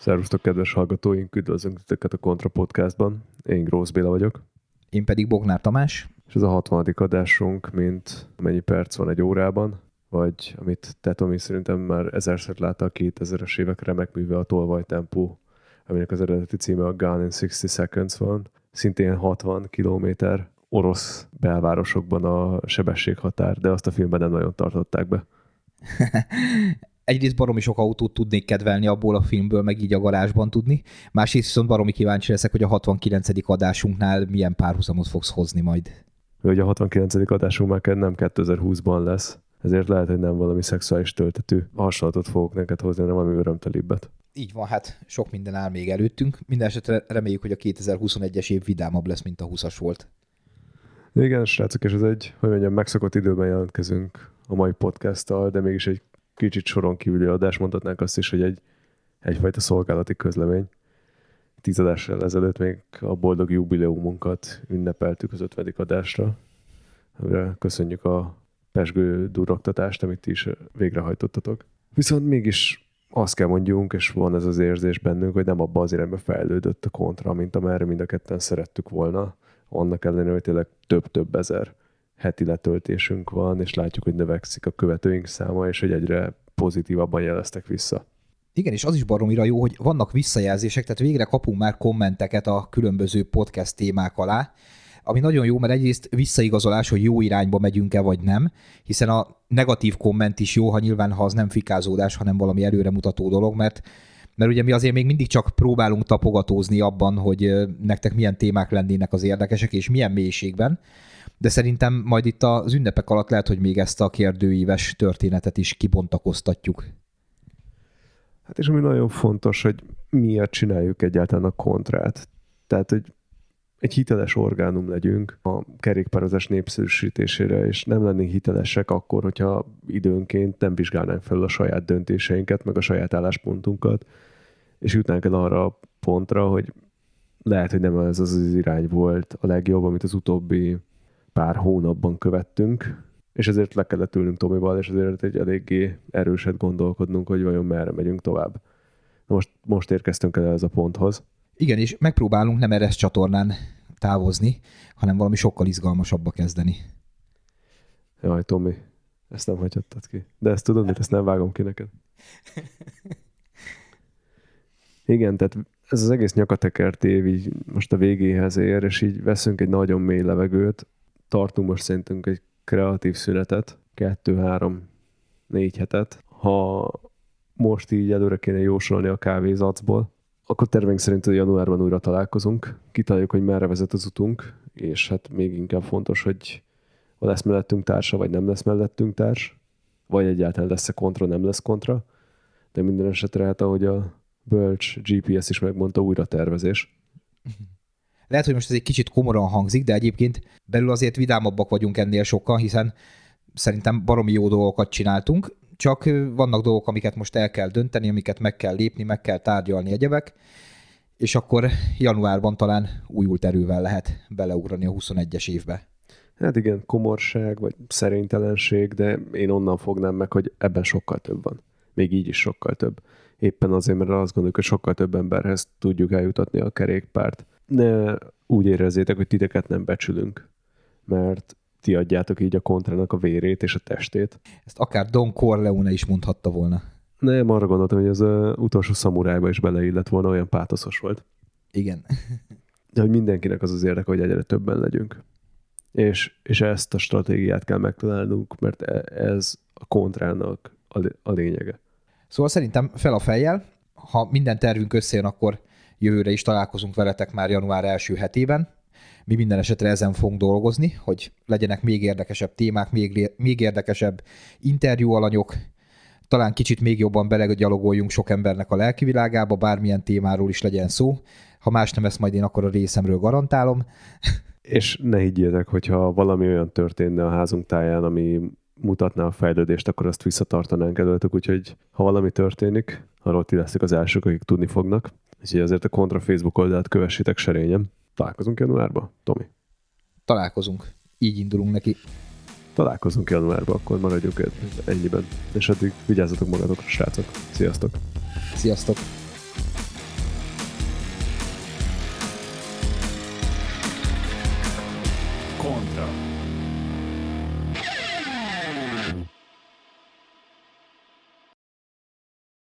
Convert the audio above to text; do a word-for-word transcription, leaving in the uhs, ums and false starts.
Szervusztok, kedves hallgatóink, üdvözlünk titeket a Kontra Podcastban. Én Grósz Béla vagyok. Én pedig Bognár Tamás. És ez a hatvanadik adásunk, mint mennyi perc van egy órában, vagy amit te, Tomi, szerintem már ezerszer látta a kétezres évek remek műve, a Tolvajtempó, aminek az eredeti címe a Gone in sixty seconds van. Szintén hatvan kilométer orosz belvárosokban a sebességhatár, de azt a filmben nem nagyon tartották be. Egyrészt baromi sok autót tudnék kedvelni abból a filmből, meg így a garázsban tudni. Másrészt viszont baromi kíváncsi leszek, hogy a hatvankilencedik adásunknál milyen párhuzamot fogsz hozni majd. Hogy a hatvankilencedik adásunk már nem kétezer-húszban lesz, ezért lehet, hogy nem valami szexuális töltetű hasonlatot fogok neked hozni, hanem valami örömtelibbet. Így van, hát sok minden áll még előttünk. Mindenesetre reméljük, hogy a kétezer-huszonegyes év vidámabb lesz, mint a húszas volt. Igen, srácok, és ez egy, hogy mondjam, megszokott időben jelentkezünk a mai podcasttal, de mégis egy kicsit soron kívüli adás, mondhatnánk azt is, hogy egy, egyfajta szolgálati közlemény. Tíz adással ezelőtt még a boldog jubileumunkat ünnepeltük az ötvedik adásra. Köszönjük a pezsgő durrogtatást, amit ti is végrehajtottatok. Viszont mégis azt kell mondjunk, és van ez az érzés bennünk, hogy nem abba az irányba fejlődött a Kontra, mint amerre mind a ketten szerettük volna. Annak ellenére, hogy tényleg több-több ezer heti letöltésünk van, és látjuk, hogy növekszik a követőink száma, és hogy egyre pozitívabban jeleztek vissza. Igen, és az is baromira jó, hogy vannak visszajelzések, tehát végre kapunk már kommenteket a különböző podcast témák alá, ami nagyon jó, mert egyrészt visszaigazolás, hogy jó irányba megyünk-e vagy nem, hiszen a negatív komment is jó, ha nyilván ha az nem fikázódás, hanem valami előremutató dolog, mert Mert ugye mi azért még mindig csak próbálunk tapogatózni abban, hogy nektek milyen témák lennének az érdekesek, és milyen mélységben, de szerintem majd itt az ünnepek alatt lehet, hogy még ezt a kérdőíves történetet is kibontakoztatjuk. Hát és ami nagyon fontos, hogy miért csináljuk egyáltalán a Kontrát. Tehát, hogy egy hiteles orgánum legyünk a kerékpározás népszerűsítésére, és nem lennénk hitelesek akkor, hogyha időnként nem vizsgálnánk fel a saját döntéseinket, meg a saját álláspontunkat, és jutnánk el arra a pontra, hogy lehet, hogy nem ez az az irány volt a legjobb, amit az utóbbi pár hónapban követtünk, és ezért le kellett ülnünk Tomival, és ezért egy eléggé erőset gondolkodnunk, hogy vajon merre megyünk tovább. Most, most érkeztünk el ez a ponthoz. Igen, és megpróbálunk nem eres csatornán távozni, hanem valami sokkal izgalmasabbba kezdeni. Jaj, Tomi, ezt nem hagyhattad ki. De ezt tudod, hogy ezt nem vágom ki neked. Igen, tehát ez az egész nyakatekert év így most a végéhez ér, és így veszünk egy nagyon mély levegőt, tartunk most szerintünk egy kreatív szünetet, kettő, három, négy hetet. Ha most így előre kéne jósolni a kávézacból, akkor terveink szerint a januárban újra találkozunk, kitaláljuk, hogy merre vezet az utunk, és hát még inkább fontos, hogy lesz mellettünk társa, vagy nem lesz mellettünk társ, vagy egyáltalán lesz-e kontra, nem lesz kontra, de minden esetre hát ahogy a bölcs gé pé es is megmondta, újra tervezés. Lehet, hogy most ez egy kicsit komoran hangzik, de egyébként belül azért vidámabbak vagyunk ennél sokkal, hiszen szerintem baromi jó dolgokat csináltunk, csak vannak dolgok, amiket most el kell dönteni, amiket meg kell lépni, meg kell tárgyalni egyebek, és akkor januárban talán újult erővel lehet beleugrani a huszonegyes évbe. Hát igen, komorság, vagy szerénytelenség, de én onnan fognám meg, hogy ebben sokkal több van. Még így is sokkal több. Éppen azért, mert azt gondoljuk, hogy sokkal több emberhez tudjuk eljutatni a kerékpárt. Ne úgy érezzétek, hogy titeket nem becsülünk, mert ti adjátok így a Kontrának a vérét és a testét. Ezt akár Don Corleone is mondhatta volna. Nem, arra gondoltam, hogy az uh, utolsó szamurájba is beleillett volna, olyan pátoszos volt. Igen. De hogy mindenkinek az az érdeke, hogy egyre többen legyünk. És, és ezt a stratégiát kell megtalálnunk, mert ez a Kontrának a, a lényege. Szóval szerintem fel a fejjel, ha minden tervünk összejön, akkor jövőre is találkozunk veletek már január első hetében. Mi minden esetre ezen fogunk dolgozni, hogy legyenek még érdekesebb témák, még, még érdekesebb interjúalanyok, talán kicsit még jobban belegyalogoljunk sok embernek a lelkivilágába, bármilyen témáról is legyen szó. Ha más nem, ezt majd én akkor a részemről garantálom. És ne higgyétek, hogyha valami olyan történne a házunk táján, ami mutatná a fejlődést, akkor azt visszatartanánk előttük, úgyhogy ha valami történik, arról ti lesztek az elsők, akik tudni fognak. Úgyhogy azért a Kontra Facebook oldalt kövessétek serényen. Találkozunk januárban, Tomi? Találkozunk. Így indulunk neki. Találkozunk januárban, akkor maradjunk ennyiben. És addig vigyázzatok magatokra, srácok. Sziasztok! Sziasztok! Ciao.